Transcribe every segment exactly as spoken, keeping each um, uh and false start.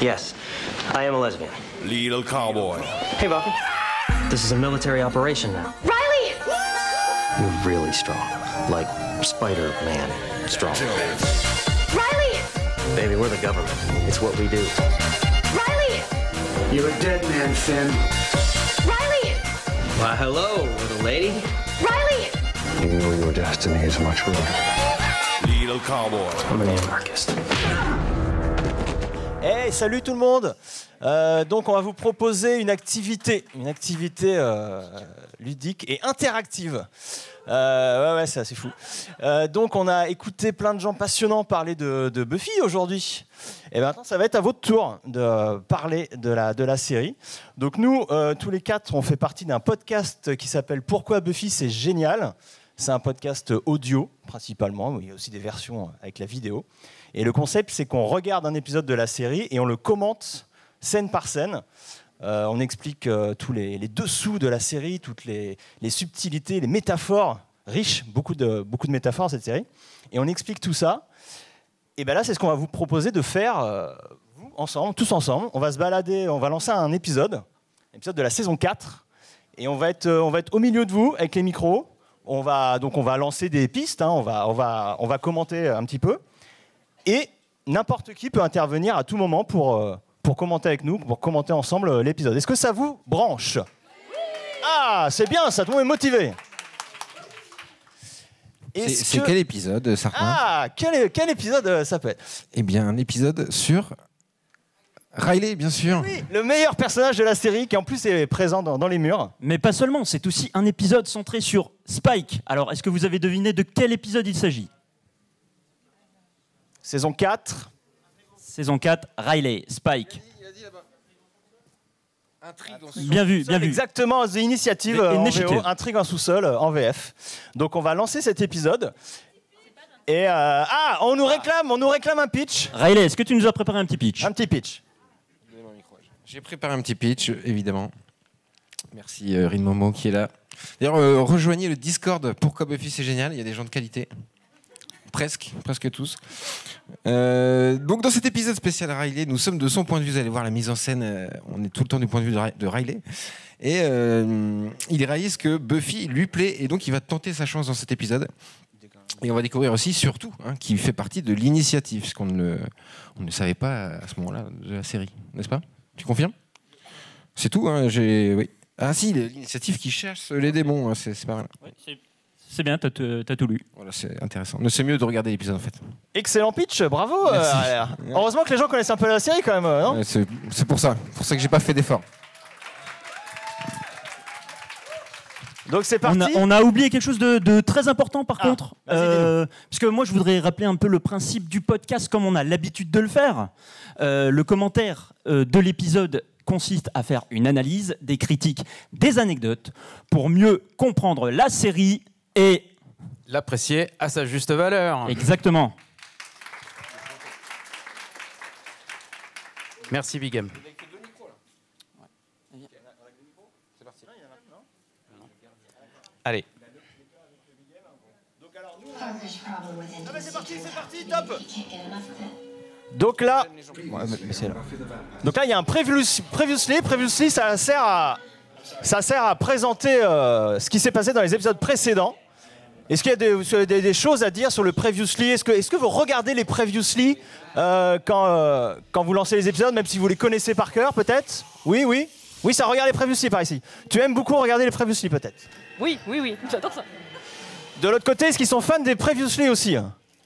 Yes, I am a lesbian. Little cowboy. Hey, Buffy. This is a military operation now. Riley! You're really strong. Like Spider-Man strong. Riley! Baby, we're the government. It's what we do. Riley! You're a dead man, Finn. Riley! Why, hello, little lady. Riley! You know your destiny is much ruder. Little cowboy. I'm an anarchist. Hey, salut tout le monde. Euh, donc, on va vous proposer une activité, une activité euh, ludique et interactive. Euh, ouais, ouais, c'est assez fou. Euh, donc, on a écouté plein de gens passionnants parler de, de Buffy aujourd'hui. Et maintenant, ça va être à votre tour de parler de la, de la série. Donc, nous, euh, tous les quatre, on fait partie d'un podcast qui s'appelle Pourquoi Buffy, c'est génial. C'est un podcast audio, principalement. Il y a aussi des versions avec la vidéo. Et le concept, c'est qu'on regarde un épisode de la série et on le commente scène par scène. Euh, on explique euh, tous les, les dessous de la série, toutes les, les subtilités, les métaphores riches, beaucoup de, beaucoup de métaphores dans cette série. Et on explique tout ça. Et bien là, c'est ce qu'on va vous proposer de faire, euh, vous, ensemble, tous ensemble. On va se balader, on va lancer un épisode, un épisode de la saison quatre. Et on va être, on va être au milieu de vous avec les micros. On va, donc on va lancer des pistes, hein, on, va, on, va, on va commenter un petit peu. Et n'importe qui peut intervenir à tout moment pour, euh, pour commenter avec nous, pour commenter ensemble euh, l'épisode. Est-ce que ça vous branche ? Ah, c'est bien, ça, tout le monde est motivé. C'est, c'est que... quel épisode, Sarkozy ? Ah, quel, quel épisode euh, ça peut être ? Eh bien, un épisode sur Riley, bien sûr. Oui, le meilleur personnage de la série, qui en plus est présent dans, dans les murs. Mais pas seulement, c'est aussi un épisode centré sur Spike. Alors, est-ce que vous avez deviné de quel épisode il s'agit ? Saison quatre. Saison quatre, Riley, Spike. Il a dit là-bas. Intrigue en sous-sol. Bien vu, bien vu. Exactement, The Initiative euh, en V O, Intrigue en sous-sol euh, en V F. Donc on va lancer cet épisode. Et euh, ah, on nous réclame, on nous réclame un pitch. Riley, est-ce que tu nous as préparé un petit pitch ? Un petit pitch. J'ai préparé un petit pitch, évidemment. Merci euh, Rin Momo qui est là. D'ailleurs, euh, rejoignez le Discord Pourquoi Buffy c'est génial. Il y a des gens de qualité. Presque, presque tous. Euh, donc dans cet épisode spécial Riley, nous sommes de son point de vue. Vous allez voir la mise en scène. Euh, on est tout le temps du point de vue de Riley. Et euh, il réalise que Buffy lui plaît et donc il va tenter sa chance dans cet épisode. Et on va découvrir aussi, surtout, hein, qu'il fait partie de l'initiative, ce qu'on ne, on ne savait pas à ce moment-là de la série, n'est-ce pas ? Tu confirmes ? C'est tout, hein, j'ai... Oui. Ah si, l'initiative qui cherche les démons, hein, c'est, c'est pas mal. Oui, c'est... C'est bien, t'as, t'as tout lu. Voilà, c'est intéressant. Mais c'est mieux de regarder l'épisode en fait. Excellent pitch, bravo. Euh, heureusement que les gens connaissent un peu la série quand même, non ? Ouais, c'est, c'est pour ça, pour ça que j'ai pas fait d'effort. Donc c'est parti. On a, on a oublié quelque chose de, de très important par ah, contre, euh, parce que moi je voudrais rappeler un peu le principe du podcast comme on a l'habitude de le faire. Euh, le commentaire euh, de l'épisode consiste à faire une analyse, des critiques, des anecdotes pour mieux comprendre la série et l'apprécier à sa juste valeur. Exactement. Merci Big M. Allez. Ah bah c'est parti, c'est parti, top. Donc là, ouais, mais c'est là. Donc là, il y a un previously, previously, previously, ça sert à, ça sert à présenter euh, ce qui s'est passé dans les épisodes précédents. Est-ce qu'il y a des, des, des choses à dire sur le previously ? Est-ce que, est-ce que vous regardez les previously euh, quand, euh, quand vous lancez les épisodes, même si vous les connaissez par cœur, peut-être ? Oui, oui. Oui, ça regarde les previously par ici. Tu aimes beaucoup regarder les previously, peut-être ? Oui, oui, oui, j'adore ça. De l'autre côté, est-ce qu'ils sont fans des previously aussi ?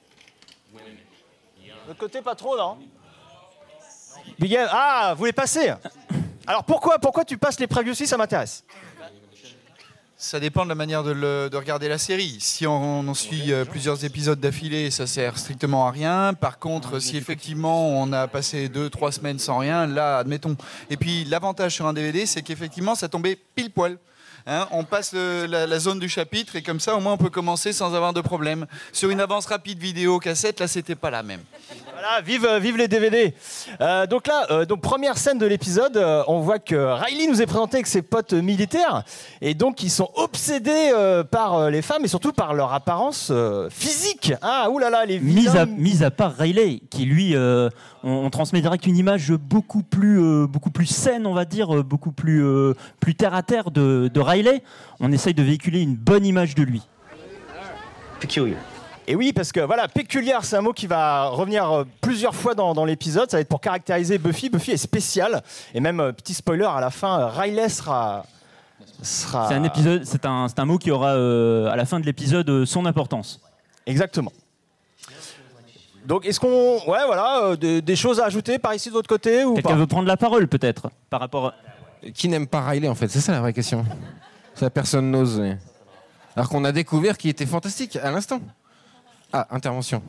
De l'autre côté, pas trop, non ? Big M, ah, vous les passez ? Alors pourquoi, pourquoi tu passes les previously ? Ça m'intéresse. Ça dépend de la manière de, le, de regarder la série. Si on en suit euh, plusieurs épisodes d'affilée, ça sert strictement à rien. Par contre, si effectivement on a passé deux, trois semaines sans rien, là, admettons. Et puis l'avantage sur un D V D, c'est qu'effectivement, ça tombait pile poil. Hein, on passe le, la, la zone du chapitre et comme ça, au moins, on peut commencer sans avoir de problème. Sur une avance rapide vidéo cassette, là, c'était pas la même. Voilà, Voilà, vive, euh, vive les D V D. Euh, donc là, euh, donc première scène de l'épisode, euh, on voit que Riley nous est présenté avec ses potes militaires et donc ils sont obsédés euh, par euh, les femmes et surtout par leur apparence euh, physique. Ah, oulala, les Mise vilains. à, mise à part Riley, qui lui, euh, on, on transmet direct une image beaucoup plus, euh, beaucoup plus saine, on va dire, euh, beaucoup plus, euh, plus terre à terre de, de Riley. On essaye de véhiculer une bonne image de lui. Peculiar. Et oui, parce que voilà, péculiar, c'est un mot qui va revenir euh, plusieurs fois dans, dans l'épisode. Ça va être pour caractériser Buffy. Buffy est spéciale. Et même, euh, petit spoiler, à la fin, euh, Riley sera... sera... C'est un épisode, c'est un, c'est un mot qui aura euh, à la fin de l'épisode euh, son importance. Exactement. Donc, est-ce qu'on... Ouais, voilà, euh, des, des choses à ajouter par ici de votre côté ou Quelqu'un pas veut prendre la parole, peut-être, par rapport à... Qui n'aime pas Riley, en fait? C'est ça la vraie question. Ça, personne n'ose. mais- Alors qu'on a découvert qu'il était fantastique à l'instant. Ah, intervention.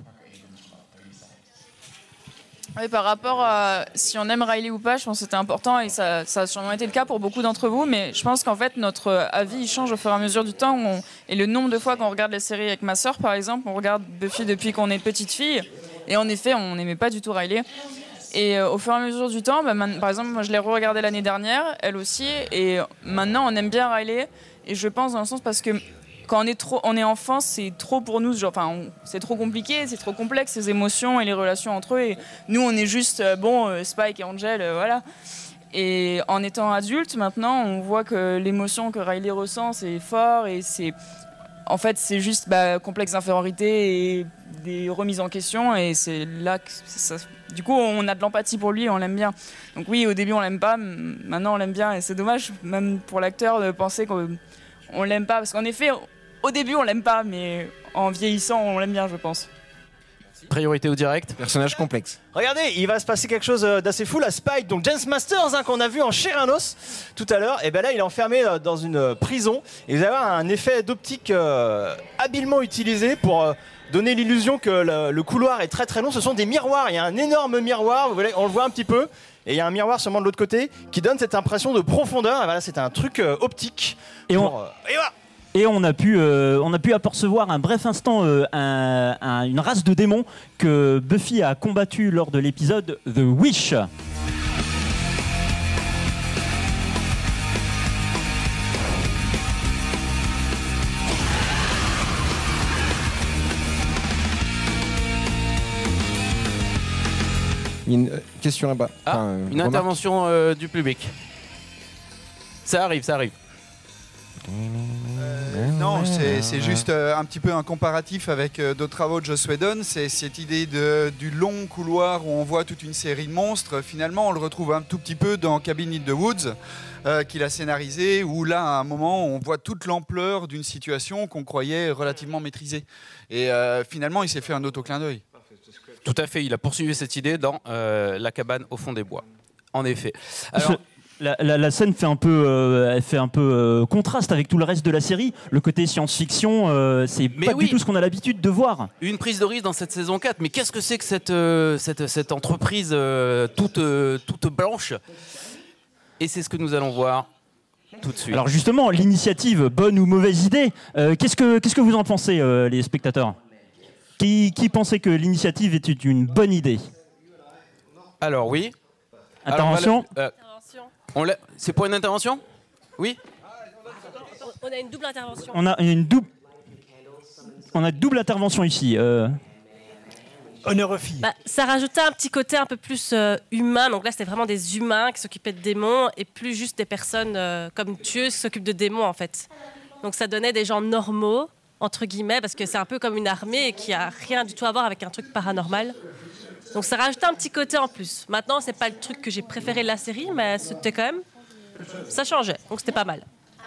Oui, par rapport à si on aime Riley ou pas, je pense que c'était important et ça, ça a sûrement été le cas pour beaucoup d'entre vous, mais je pense qu'en fait notre avis il change au fur et à mesure du temps où on- et le nombre de fois qu'on regarde les séries avec ma sœur par exemple, on regarde Buffy depuis qu'on est petite fille et en effet on n'aimait pas du tout Riley. Et euh, au fur et à mesure du temps, bah, man- par exemple moi je l'ai re-regardé l'année dernière, elle aussi, et maintenant on aime bien Riley et je pense dans le sens parce que quand on est trop, on est enfant, c'est trop pour nous. Genre, enfin, on- c'est trop compliqué, c'est trop complexe ces émotions et les relations entre eux. Et nous, on est juste euh, bon, euh, Spike et Angel, euh, voilà. Et en étant adulte, maintenant, on voit que l'émotion que Riley ressent, c'est fort et c'est, en fait, c'est juste bah, complexe d'infériorité et des remises en question. Et c'est là que ça, du coup, on a de l'empathie pour lui, et on l'aime bien. Donc oui, au début, on l'aime pas, m- maintenant, on l'aime bien. Et c'est dommage, même pour l'acteur, de penser qu'on on l'aime pas, parce qu'en effet. Au début, on l'aime pas, mais en vieillissant, on l'aime bien, je pense. Priorité au direct. Personnage complexe. Regardez, il va se passer quelque chose euh, d'assez fou. La Spike, donc James Masters, hein, qu'on a vu en chair et en os tout à l'heure, et ben là, il est enfermé euh, dans une euh, prison. Et vous allez avoir un effet d'optique euh, habilement utilisé pour euh, donner l'illusion que le, le couloir est très très long. Ce sont des miroirs. Il y a un énorme miroir, vous voyez, on le voit un petit peu. Et il y a un miroir seulement de l'autre côté qui donne cette impression de profondeur. Et voilà, c'est un truc euh, optique. Et pour, on- euh, et voilà. Et on a pu, euh, on a pu apercevoir un bref instant euh, un- un- une race de démons que Buffy a combattu lors de l'épisode The Wish. Il y a une euh, question là-bas. Ah, Enfin, euh, une remarque. intervention euh, du public. Ça arrive, ça arrive. Non, c'est c'est juste euh, un petit peu un comparatif avec euh, d'autres travaux de Joss Whedon. C'est cette idée de, du long couloir où on voit toute une série de monstres. Finalement, on le retrouve un tout petit peu dans Cabin in the Woods, euh, qu'il a scénarisé, où là, à un moment, on voit toute l'ampleur d'une situation qu'on croyait relativement maîtrisée. Et euh, finalement, il s'est fait un auto-clin d'œil. Tout à fait, il a poursuivi cette idée dans euh, La cabane au fond des bois. En effet. Alors, La, la- la scène fait un peu, euh, elle fait un peu euh, contraste avec tout le reste de la série. Le côté science-fiction, euh, c'est Mais pas oui. du tout ce qu'on a l'habitude de voir. une prise de risque dans cette saison quatre. Mais qu'est-ce que c'est que cette, euh, cette, cette entreprise euh, toute, euh, toute blanche? Et c'est ce que nous allons voir tout de suite. Alors justement, l'initiative, bonne ou mauvaise idée, euh, qu'est-ce que qu'est-ce que vous en pensez, euh, les spectateurs? Qui, qui pensait que l'initiative était une bonne idée? Alors oui. Intervention. Alors, euh, on l'a- c'est pour une intervention? Oui. On a une double intervention. On a une double, on a une double intervention ici. euh. Honneur aux filles. Bah, ça rajoutait un petit côté un peu plus euh, humain. Donc là, c'était vraiment des humains qui s'occupaient de démons et plus juste des personnes euh, comme Dieu qui s'occupent de démons en fait. Donc ça donnait des gens normaux entre guillemets parce que c'est un peu comme une armée qui a rien du tout à voir avec un truc paranormal. Donc ça rajoutait un petit côté en plus. Maintenant, c'est pas le truc que j'ai préféré de la série, mais c'était quand même, ça changeait. Donc c'était pas mal.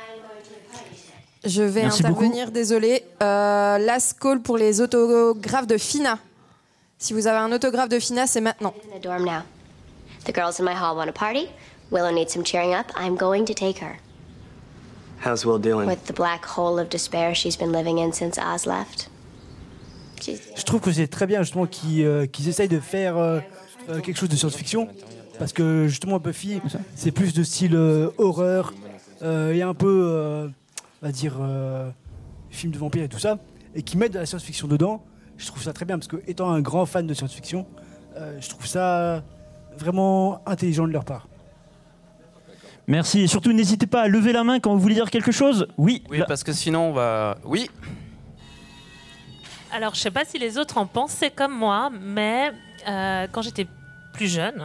Je vais Merci intervenir, désolé. Euh, last call pour les autographes de Fina. Si vous avez un autographe de Fina, c'est maintenant. In the dorm now. The girls in my hall want a party. Willow needs some cheering up. I'm going to take her. How's Will doing? With the black hole of despair she's been living in since Oz left. She's Je trouve que c'est très bien justement qu'ils euh, qu'ils essayent de faire euh, euh, quelque chose de science-fiction. Parce que justement Buffy, c'est plus de style euh, horreur euh, et un peu, euh, on va dire, euh, film de vampires et tout ça. Et qui mettent de la science-fiction dedans. Je trouve ça très bien parce que étant un grand fan de science-fiction, Euh, je trouve ça vraiment intelligent de leur part. Merci. Et surtout, n'hésitez pas à lever la main quand vous voulez dire quelque chose. Oui. Oui, parce que sinon on va. Oui. Alors, je sais pas si les autres en pensaient comme moi, mais euh, quand j'étais plus jeune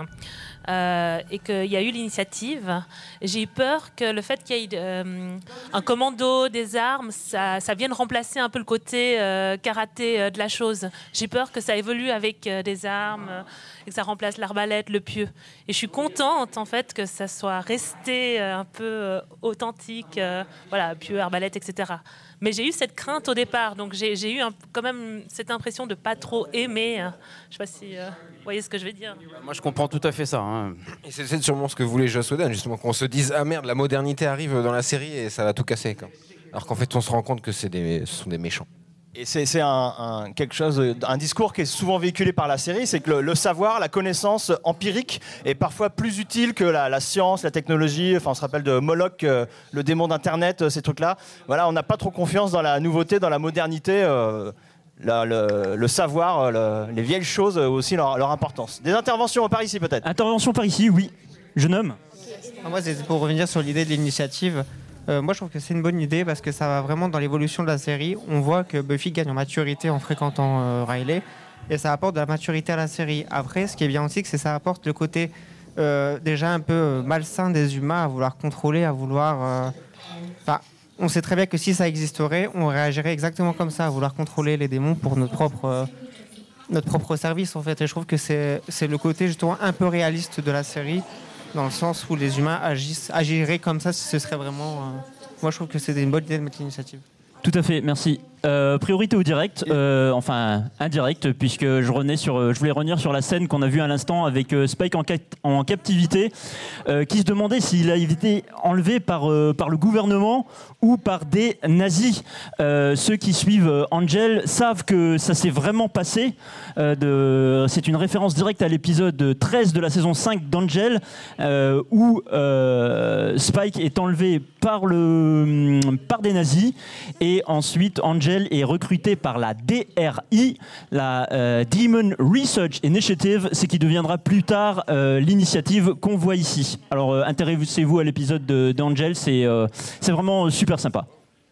euh, et qu'il y a eu l'initiative, j'ai eu peur que le fait qu'il y ait euh, un commando, des armes, ça, ça vienne remplacer un peu le côté euh, karaté euh, de la chose. J'ai peur que ça évolue avec euh, des armes euh, et que ça remplace l'arbalète, le pieu. Et je suis contente en fait que ça soit resté euh, un peu euh, authentique, euh, voilà, pieu, arbalète, et cetera. Mais j'ai eu cette crainte au départ, donc j'ai, j'ai eu un, quand même cette impression de pas trop aimer. Je ne sais pas si euh, vous voyez ce que je veux dire. Moi, je comprends tout à fait ça. Hein. Et c'est, c'est sûrement ce que voulait Joss Whedon, justement, qu'on se dise ah merde, la modernité arrive dans la série et ça va tout casser. Quoi. Alors qu'en fait, on se rend compte que c'est des, ce sont des méchants. Et c'est, c'est un, un, quelque chose, un discours qui est souvent véhiculé par la série, c'est que le, le savoir, la connaissance empirique est parfois plus utile que la, la science, la technologie. Enfin, on se rappelle de Moloch, euh, le démon d'Internet, ces trucs-là. Voilà, on n'a pas trop confiance dans la nouveauté, dans la modernité. Euh, la, le, le savoir, le, les vieilles choses ont aussi leur, leur importance. Des interventions par ici, peut-être. Intervention par ici, oui. Jeune homme. Moi, c'est pour revenir sur l'idée de l'initiative. Euh, moi, je trouve que c'est une bonne idée parce que ça va vraiment dans l'évolution de la série. On voit que Buffy gagne en maturité en fréquentant euh, Riley et ça apporte de la maturité à la série. Après, ce qui est bien aussi, c'est que ça apporte le côté euh, déjà un peu malsain des humains à vouloir contrôler, à vouloir... Enfin, euh... on sait très bien que si ça existerait, on réagirait exactement comme ça, à vouloir contrôler les démons pour notre propre, euh, notre propre service, en fait. Et je trouve que c'est, c'est le côté justement un peu réaliste de la série, dans le sens où les humains agissent, agiraient comme ça, ce serait vraiment... Euh... Moi, je trouve que c'était une bonne idée de mettre l'initiative. Tout à fait, merci. Euh, priorité au direct, euh, enfin indirect, puisque je, revenais sur, je voulais revenir sur la scène qu'on a vue à l'instant avec euh, Spike en, ca- en captivité, euh, qui se demandait s'il a été enlevé par, euh, par le gouvernement ou par des nazis. Euh, ceux qui suivent euh, Angel savent que ça s'est vraiment passé. Euh, de, c'est une référence directe à l'épisode treize de la saison cinq d'Angel, euh, où euh, Spike est enlevé par, le, par des nazis, et ensuite Angel est recruté par la D R I, la euh, Demon Research Initiative, ce qui deviendra plus tard euh, l'initiative qu'on voit ici. Alors euh, intéressez-vous à l'épisode de, d'Angel, c'est, euh, c'est vraiment super sympa.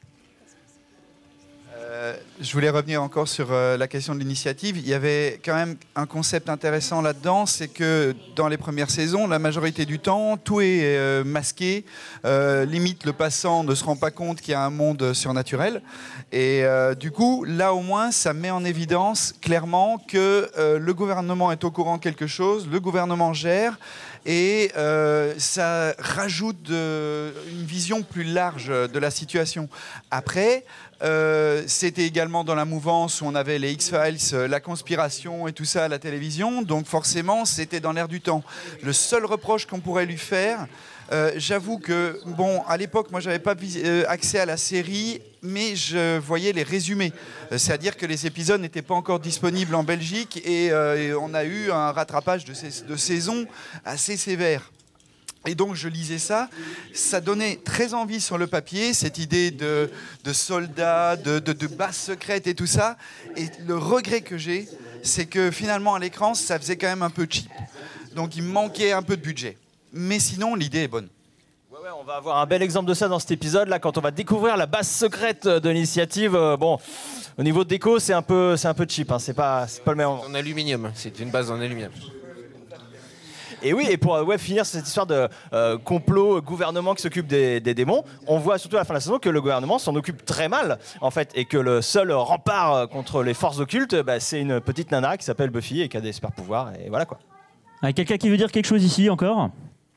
Euh, je voulais revenir encore sur euh, la question de l'initiative. Il y avait quand même un concept intéressant là-dedans, c'est que dans les premières saisons, la majorité du temps, tout est euh, masqué. Euh, limite, le passant ne se rend pas compte qu'il y a un monde surnaturel. Et euh, du coup, là au moins, ça met en évidence clairement que euh, le gouvernement est au courant de quelque chose, le gouvernement gère, et euh, ça rajoute de, une vision plus large de la situation. Après, euh, c'était également dans la mouvance où on avait les X-Files, la conspiration et tout ça à la télévision, donc forcément, c'était dans l'air du temps. Le seul reproche qu'on pourrait lui faire, Euh, j'avoue que, bon, à l'époque, moi, j'avais pas euh, accès à la série, mais je voyais les résumés. Euh, c'est-à-dire que les épisodes n'étaient pas encore disponibles en Belgique et, euh, et on a eu un rattrapage de, ces, de saison assez sévère. Et donc, je lisais ça. Ça donnait très envie sur le papier, cette idée de, de soldats, de, de, de base secrète et tout ça. Et le regret que j'ai, c'est que finalement, à l'écran, ça faisait quand même un peu cheap. Donc, il manquait un peu de budget. Mais sinon, l'idée est bonne. Ouais, ouais, on va avoir un bel exemple de ça dans cet épisode, là, quand on va découvrir la base secrète de l'initiative. Euh, bon, au niveau de déco, c'est un peu, c'est un peu cheap, hein, c'est pas, c'est pas le meilleur. En aluminium, c'est une base en aluminium. Et oui, et pour ouais, finir cette histoire de euh, complot, gouvernement qui s'occupe des, des démons, on voit surtout à la fin de la saison que le gouvernement s'en occupe très mal, en fait, et que le seul rempart contre les forces occultes, bah, c'est une petite nana qui s'appelle Buffy et qui a des super pouvoirs, et voilà quoi. Ah, quelqu'un qui veut dire quelque chose ici encore ?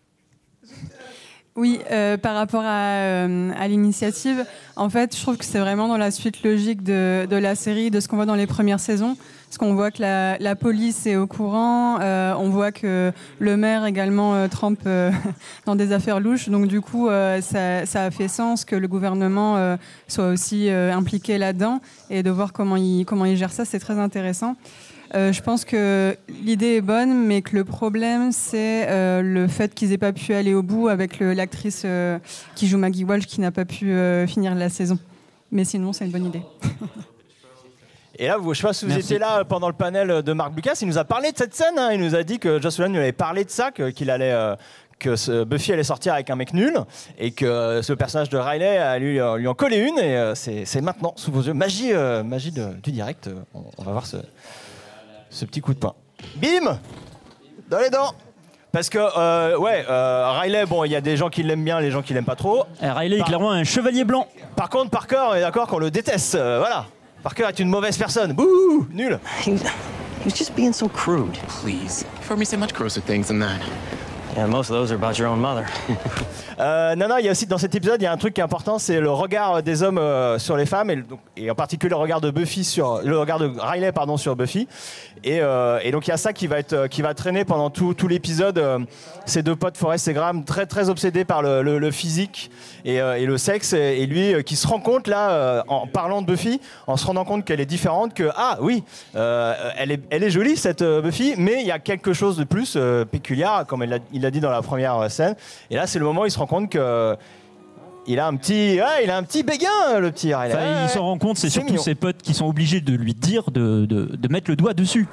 Oui, euh, par rapport à, euh, à l'initiative, en fait, je trouve que c'est vraiment dans la suite logique de, de la série, de ce qu'on voit dans les premières saisons. Parce qu'on voit que la, la police est au courant, euh, on voit que le maire également euh, trempe euh, dans des affaires louches. Donc du coup, euh, ça, ça a fait sens que le gouvernement euh, soit aussi euh, impliqué là-dedans. Et de voir comment il, comment il gère ça, c'est très intéressant. Euh, je pense que l'idée est bonne, mais que le problème, c'est euh, le fait qu'ils n'aient pas pu aller au bout avec le, l'actrice euh, qui joue Maggie Walsh, qui n'a pas pu euh, finir la saison. Mais sinon, c'est une bonne idée. Et là, vous, je ne sais pas si vous Merci. étiez là pendant le panel de Marc Lucas, il nous a parlé de cette scène, hein. Il nous a dit que Joss Whedon lui avait parlé de ça, que, qu'il allait... Euh, que ce Buffy allait sortir avec un mec nul et que ce personnage de Riley allait lui, lui en coller une et euh, c'est, c'est maintenant sous vos yeux. Magie, euh, magie de, du direct, on, on va voir ce, ce petit coup de poing. Bim, dans les dents. Parce que, euh, ouais, euh, Riley, bon, il y a des gens qui l'aiment bien, les gens qui l'aiment pas trop. Et Riley est Par- clairement un chevalier blanc. Par contre, Parker est d'accord qu'on le déteste, euh, voilà. Parker est une mauvaise personne, bouh, nul. He was just being so crude. Please. You've heard me say much grosser things than that. Yeah, most of those are about your own mother. Euh, non, non, il y a aussi dans cet épisode, il y a un truc qui est important, c'est le regard des hommes euh, sur les femmes, et, le- donc, et en particulier le regard de Buffy sur le regard de Riley, pardon, sur Buffy. Et, euh, et donc il y a ça qui va être qui va traîner pendant tout, tout l'épisode. Euh, ces deux potes, Forrest et Graham, très très obsédés par le, le- le physique et, euh, et le sexe, et, et lui euh, qui se rend compte là, euh, en parlant de Buffy, en se rendant compte qu'elle est différente, que ah oui, euh, elle est elle est jolie cette euh, Buffy, mais il y a quelque chose de plus euh, péculier, comme elle l'a- il l'a dit dans la première euh, scène. Et là, c'est le moment où il se rend compte que il a un petit, ouais, il a un petit béguin, le petit Riley. Enfin, Ouais, il s'en ouais. rend compte, c'est, C'est surtout mignon. ses potes qui sont obligés de lui dire de, de, de mettre le doigt dessus.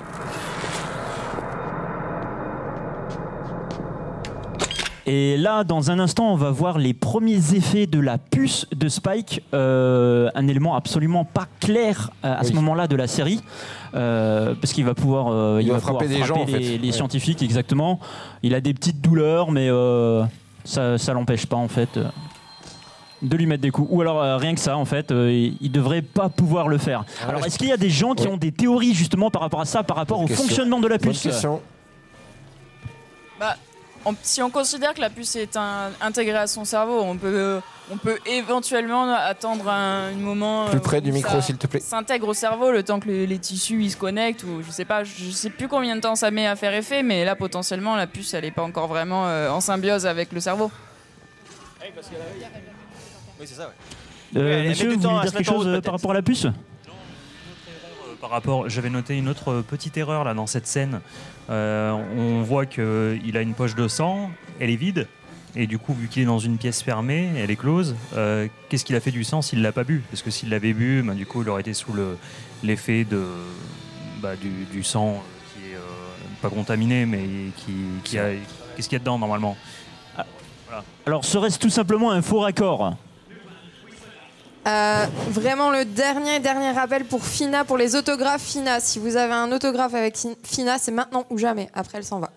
Et là, dans un instant, on va voir les premiers effets de la puce de Spike, euh, un élément absolument pas clair euh, à Oui. ce moment-là de la série, euh, parce qu'il va pouvoir, euh, Il va pouvoir frapper des gens, en les, fait. les Ouais. scientifiques, exactement. Il a des petites douleurs, mais euh, ça, ça l'empêche pas en fait. euh, de lui mettre des coups. Ou alors euh, rien que ça, en fait, euh, il il devrait pas pouvoir le faire. Ah, Alors ouais. est-ce qu'il y a des gens qui Oui. ont des théories justement par rapport à ça, par rapport Bonne au question. fonctionnement de la Bonne puce? question. Bah, on- si on considère que la puce est un- intégrée à son cerveau, on peut, on peut éventuellement attendre un, un moment. Plus euh, près où du micro, ça s'il te plaît. S'intègre au cerveau le temps que le- les tissus ils se connectent ou je sais pas, je sais plus combien de temps ça met à faire effet, mais là potentiellement la puce elle est pas encore vraiment euh, en symbiose avec le cerveau. Oui, c'est ça, ouais. Euh, Ouais, elle met monsieur, du vous temps voulez à dire se quelque mettre en chose route, euh, par rapport à la puce? Par rapport, j'avais noté une autre petite erreur là dans cette scène. Euh, on voit qu'il a une poche de sang, elle est vide, et du coup, vu qu'il est dans une pièce fermée, elle est close. euh, qu'est-ce qu'il a fait du sang s'il l'a pas bu? Parce que s'il l'avait bu, bah, du coup, il aurait été sous le, l'effet de, bah, du, du sang qui est euh, pas contaminé, mais qui, qui a. Qu'est-ce qu'il y a dedans normalement? Ah, voilà. Alors serait-ce tout simplement un faux raccord? Euh, vraiment le dernier dernier rappel pour Fina, pour les autographes Fina. Si vous avez un autographe avec Sin- Fina, c'est maintenant ou jamais. Après, elle s'en va.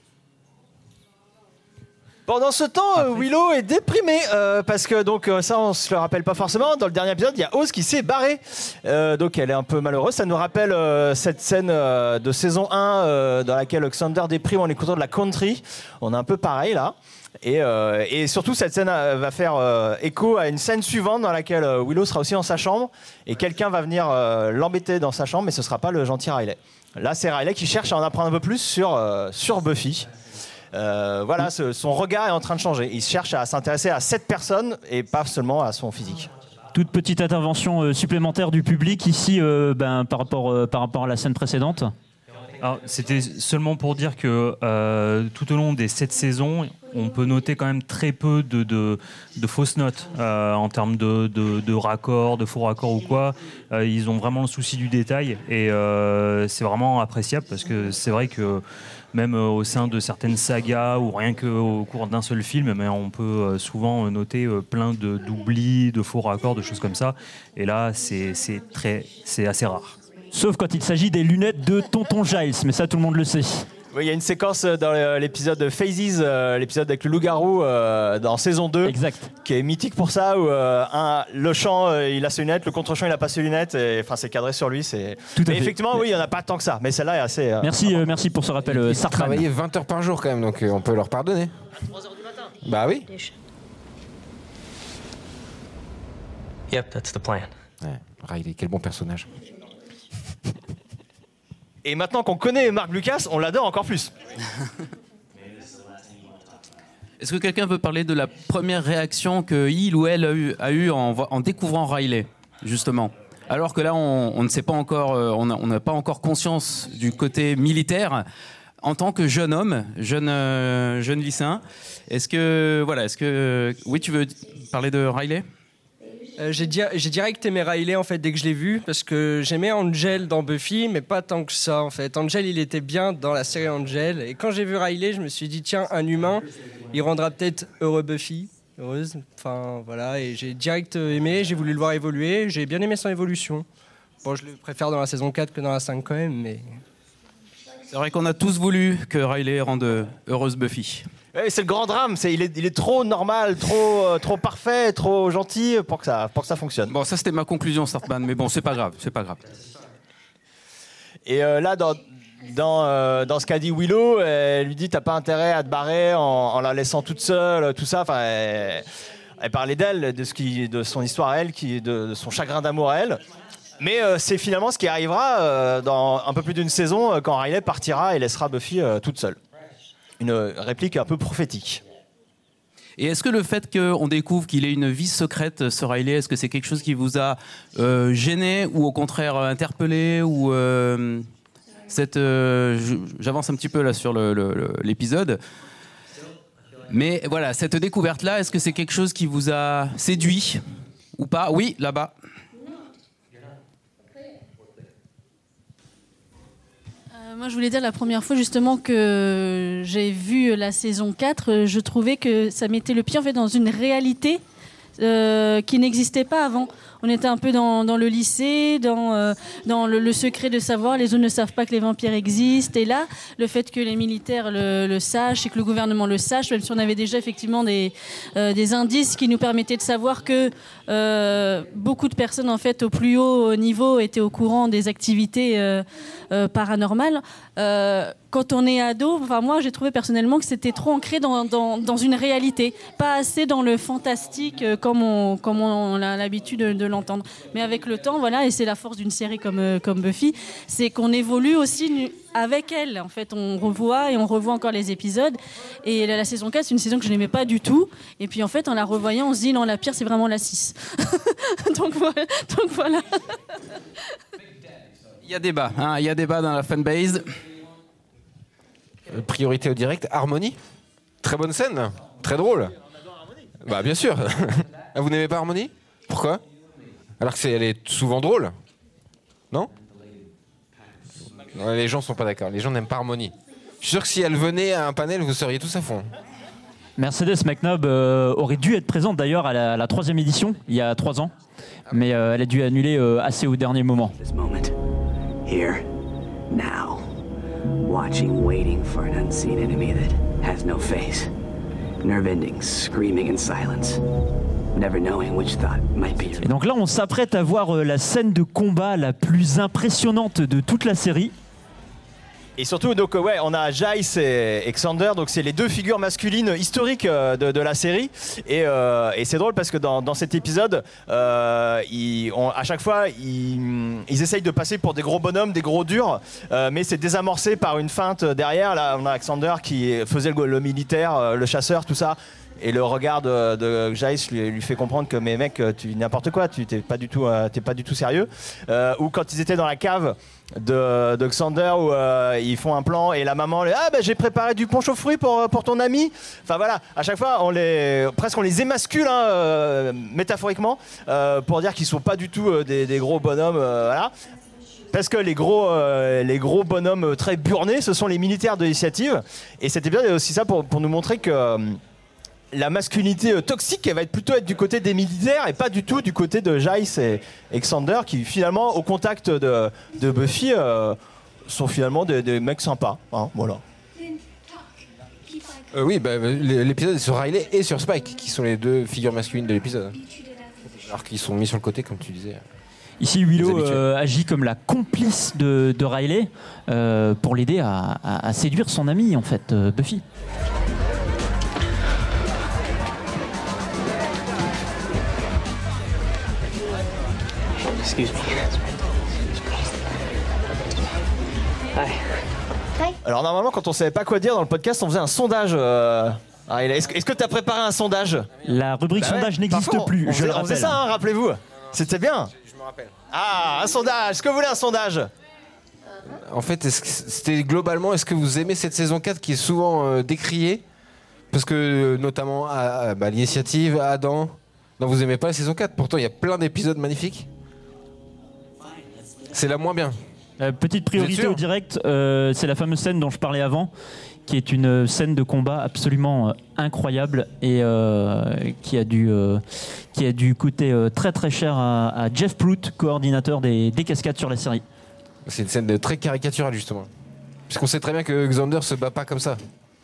Pendant ce temps, euh, Willow est déprimé euh, parce que donc euh, ça on se le rappelle pas forcément. Dans le dernier épisode, il y a Oz qui s'est barré, Euh, donc elle est un peu malheureuse. Ça nous rappelle euh, cette scène euh, de saison un euh, dans laquelle Xander déprime en écoutant de la country. On est un peu pareil là. Et, euh, et surtout cette scène euh, va faire euh, écho à une scène suivante dans laquelle euh, Willow sera aussi dans sa chambre et quelqu'un va venir euh, l'embêter dans sa chambre, mais ce sera pas le gentil Riley. Là, c'est Riley qui cherche à en apprendre un peu plus sur euh, sur Buffy. Euh, voilà, ce- son regard est en train de changer. Il cherche à s'intéresser à cette personne et pas seulement à son physique. Toute petite intervention euh, supplémentaire du public ici euh, ben, par, rapport, euh, par rapport à la scène précédente. Alors, c'était seulement pour dire que euh, tout au long des sept saisons, on peut noter quand même très peu de, de, de fausses notes euh, en termes de, de, de raccords, de faux raccords ou quoi. Euh, ils ont vraiment le souci du détail et euh, c'est vraiment appréciable parce que c'est vrai que même euh, au sein de certaines sagas ou rien qu'au cours d'un seul film, mais on peut euh, souvent noter euh, plein de d'oublis, de faux raccords, de choses comme ça. Et là, c'est c'est très, c'est assez rare. Sauf quand il s'agit des lunettes de Tonton Giles, mais ça tout le monde le sait. Oui, il y a une séquence dans l'épisode de Phases, euh, l'épisode avec le loup-garou euh, dans saison deux, exact, qui est mythique pour ça, où euh, un, le chant euh, il a ses lunettes, le contre-champ il a pas ses lunettes, et, enfin c'est cadré sur lui. C'est... Tout à Mais fait. effectivement, oui, il y en a pas tant que ça, mais celle-là est assez. euh, Merci, euh, merci pour ce rappel, euh, Ils Sartman. travaillaient vingt heures par jour quand même, donc euh, on peut leur pardonner. trois heures du matin. Bah oui. Yep, that's the plan. Ouais, Riley, quel bon personnage. Et maintenant qu'on connaît Marc Lucas, on l'adore encore plus. Est-ce que quelqu'un veut parler de la première réaction que il ou elle a eu, a eu en, vo- en découvrant Riley, justement? Alors que là, on, on ne sait pas encore, euh, on n'a on n'a pas encore conscience du côté militaire. En tant que jeune homme, jeune, euh, jeune lycéen, est-ce que, voilà, est-ce que, oui, tu veux parler de Riley? Euh, j'ai, di- j'ai direct aimé Riley en fait dès que je l'ai vu parce que j'aimais Angel dans Buffy mais pas tant que ça en fait. Angel il était bien dans la série Angel et quand j'ai vu Riley je me suis dit tiens un humain il rendra peut-être heureux Buffy, heureuse, enfin voilà et j'ai direct aimé, j'ai voulu le voir évoluer, j'ai bien aimé son évolution. Bon je le préfère dans la saison quatre que dans la cinq quand même mais... C'est vrai qu'on a tous voulu que Riley rende heureuse Buffy. Ouais, c'est le grand drame, c'est, il, est, il est trop normal, trop, euh, trop parfait, trop gentil pour que, ça, pour que ça fonctionne. Bon, ça c'était ma conclusion, Startman, mais bon, c'est pas grave, c'est pas grave. Et euh, là, dans, dans, euh, dans ce qu'a dit Willow, elle lui dit t'as pas intérêt à te barrer en, en la laissant toute seule, tout ça. Enfin, elle, elle parlait d'elle, de, ce qui, de son histoire à elle, qui, de, de son chagrin d'amour à elle. Mais euh, c'est finalement ce qui arrivera euh, dans un peu plus d'une saison euh, quand Riley partira et laissera Buffy euh, toute seule. Une réplique un peu prophétique. Et est-ce que le fait qu'on découvre qu'il ait une vie secrète, ce Riley, est-ce que c'est quelque chose qui vous a euh, gêné ou au contraire interpellé ou euh, cette, euh, j'avance un petit peu là sur le, le, le, l'épisode. Mais voilà, cette découverte-là, est-ce que c'est quelque chose qui vous a séduit ou pas? Oui, là-bas. Moi, je voulais dire la première fois justement que j'ai vu la saison quatre, je trouvais que ça mettait le pied en fait dans une réalité euh, qui n'existait pas avant. On était un peu dans, dans le lycée, dans, euh, dans le, le secret de savoir, les autres ne savent pas que les vampires existent. Et là, le fait que les militaires le, le sachent et que le gouvernement le sache, même si on avait déjà effectivement des, euh, des indices qui nous permettaient de savoir que euh, beaucoup de personnes en fait au plus haut niveau étaient au courant des activités euh, euh, paranormales. Euh, quand on est ado, enfin moi j'ai trouvé personnellement que c'était trop ancré dans, dans, dans une réalité, pas assez dans le fantastique euh, comme, on, comme on a l'habitude de, de l'entendre. Mais avec le temps, voilà, et c'est la force d'une série comme, euh, comme Buffy, c'est qu'on évolue aussi avec elle. En fait, on revoit et on revoit encore les épisodes. Et la, la saison quatre, c'est une saison que je n'aimais pas du tout. Et puis en fait, en la revoyant, on se dit non, la pire, c'est vraiment la six. donc, voilà, donc voilà. Il y a débat, hein, il y a débat dans la fanbase. Priorité au direct, Harmonie. Très bonne scène, très drôle. Bah bien sûr. Vous n'aimez pas Harmonie? Pourquoi? Alors que c'est, elle est souvent drôle. Non? Les gens sont pas d'accord. Les gens n'aiment pas Harmonie. Je suis sûr que si elle venait à un panel, vous seriez tous à fond. Mercedes McNabb euh, aurait dû être présente d'ailleurs à la, la troisième édition, il y a trois ans. Mais euh, elle a dû annuler euh, assez au dernier moment. Here, now, watching, waiting for an unseen enemy that has no face. Nerve-endings, screaming in silence, never knowing which thought might be. Et donc là, on s'apprête à voir euh, la scène de combat la plus impressionnante de toute la série. Et surtout, donc, ouais, on a Jace et, et Xander, donc c'est les deux figures masculines historiques euh, de, de la série. Et, euh, et c'est drôle parce que dans, dans cet épisode, euh, ils, on, à chaque fois, ils, ils essayent de passer pour des gros bonhommes, des gros durs, euh, mais c'est désamorcé par une feinte derrière. Là, on a Xander qui faisait le, le militaire, euh, le chasseur, tout ça. Et le regard de, de Jace lui, lui fait comprendre que mais mec, tu n'importe quoi, tu t'es pas du tout, euh, t'es pas du tout sérieux. Euh, ou quand ils étaient dans la cave de, de Xander où euh, ils font un plan et la maman, elle, ah ben bah, j'ai préparé du punch aux fruits pour pour ton ami. Enfin voilà, à chaque fois on les, presque on les émascule hein, euh, métaphoriquement euh, pour dire qu'ils sont pas du tout euh, des, des gros bonhommes, euh, voilà. Parce que les gros, euh, les gros bonhommes très burnés, ce sont les militaires de l'initiative. Et cet épisode est aussi ça pour, pour nous montrer que euh, la masculinité toxique, elle va être plutôt être du côté des militaires et pas du tout du côté de Jace et, et Xander qui finalement au contact de, de Buffy euh, sont finalement des, des mecs sympas. Hein, voilà. Euh, oui, bah, l'épisode est sur Riley et sur Spike qui sont les deux figures masculines de l'épisode. Alors qu'ils sont mis sur le côté comme tu disais. Ici, Willow euh, agit comme la complice de, de Riley euh, pour l'aider à, à, à séduire son amie en fait, euh, Buffy. Excuse me. Hi. Alors normalement quand on savait pas quoi dire dans le podcast on faisait un sondage euh... ah, est-ce, est-ce que tu as préparé un sondage? La rubrique bah sondage ouais, n'existe parfois, plus, on, je on le rappelle. On faisait rappelle. ça, hein, rappelez-vous. C'était bien. Je me rappelle. Ah, un sondage. Est-ce que vous voulez un sondage? En fait, est-ce que c'était globalement, est-ce que vous aimez cette saison quatre qui est souvent euh, décriée? Parce que, notamment, à, à, bah, l'initiative, Adam, Non, vous aimez pas la saison quatre? Pourtant, il y a plein d'épisodes magnifiques. C'est la moins bien. Euh, petite priorité au direct, euh, c'est la fameuse scène dont je parlais avant, qui est une scène de combat absolument euh, incroyable et euh, qui a dû euh, qui a dû coûter euh, très très cher à, à Jeff Plout, coordinateur des, des cascades sur la série. C'est une scène de très caricaturale justement, puisqu'on sait très bien que Xander se bat pas comme ça.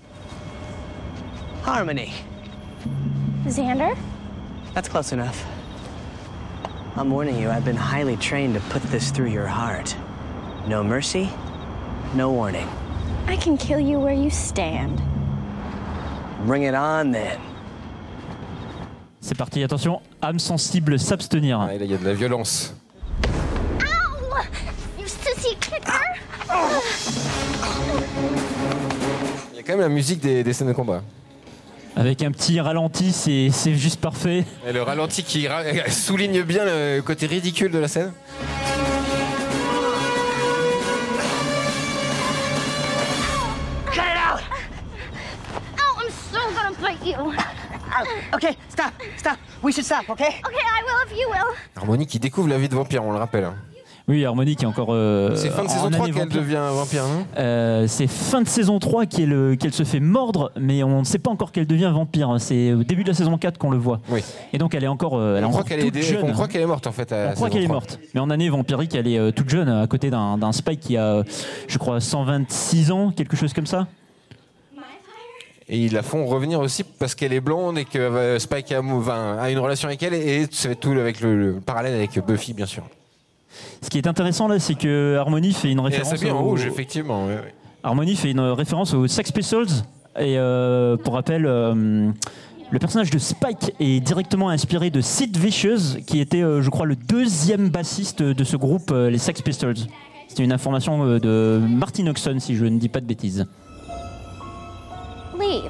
Harmony. Xander? That's close enough. I'm warning you, I've been highly trained to put this through your heart. No mercy, no warning. I can kill you where you stand. Bring it on then. C'est parti, attention, âme sensible s'abstenir. Ah, là, il y a de la violence. Ow! You sissy kicker! Il y a quand même la musique des, des scènes de combat. Avec un petit ralenti, c'est, c'est juste parfait. Et le ralenti qui ra- souligne bien le côté ridicule de la scène. Cut it out! Oh, I'm so gonna bite you. Out. Okay, stop, stop. We should stop, okay? Okay, I will if you will. Harmony qui découvre la vie de vampire, on le rappelle. hein. Oui, Harmony qui est encore. Euh, C'est fin de saison en trois année qu'elle vampire. devient vampire, non Euh, C'est fin de saison trois qu'elle, euh, qu'elle se fait mordre, mais on ne sait pas encore qu'elle devient vampire. C'est au début de la saison quatre qu'on le voit. Oui. Et donc elle est encore, euh, elle est On croit encore qu'elle est toute dé- jeune. on croit qu'elle est morte en fait. à On la croit saison qu'elle est trois. morte. Mais en année vampirique, elle est euh, toute jeune, à côté d'un, d'un Spike qui a, euh, je crois, cent vingt-six ans, quelque chose comme ça. Et ils la font revenir aussi parce qu'elle est blonde et que euh, Spike a, enfin, a une relation avec elle et c'est tout avec le, le parallèle avec Buffy bien sûr. Ce qui est intéressant là, c'est que Harmony fait une Et elle référence. s'habille en au- rouge effectivement. ouais, ouais. Harmony fait une référence aux Sex Pistols. Et euh, pour rappel, euh, le personnage de Spike est directement inspiré de Sid Vicious, qui était, euh, je crois, le deuxième bassiste de ce groupe, euh, les Sex Pistols. C'était une information euh, de Martin Oxon, si je ne dis pas de bêtises. Leave.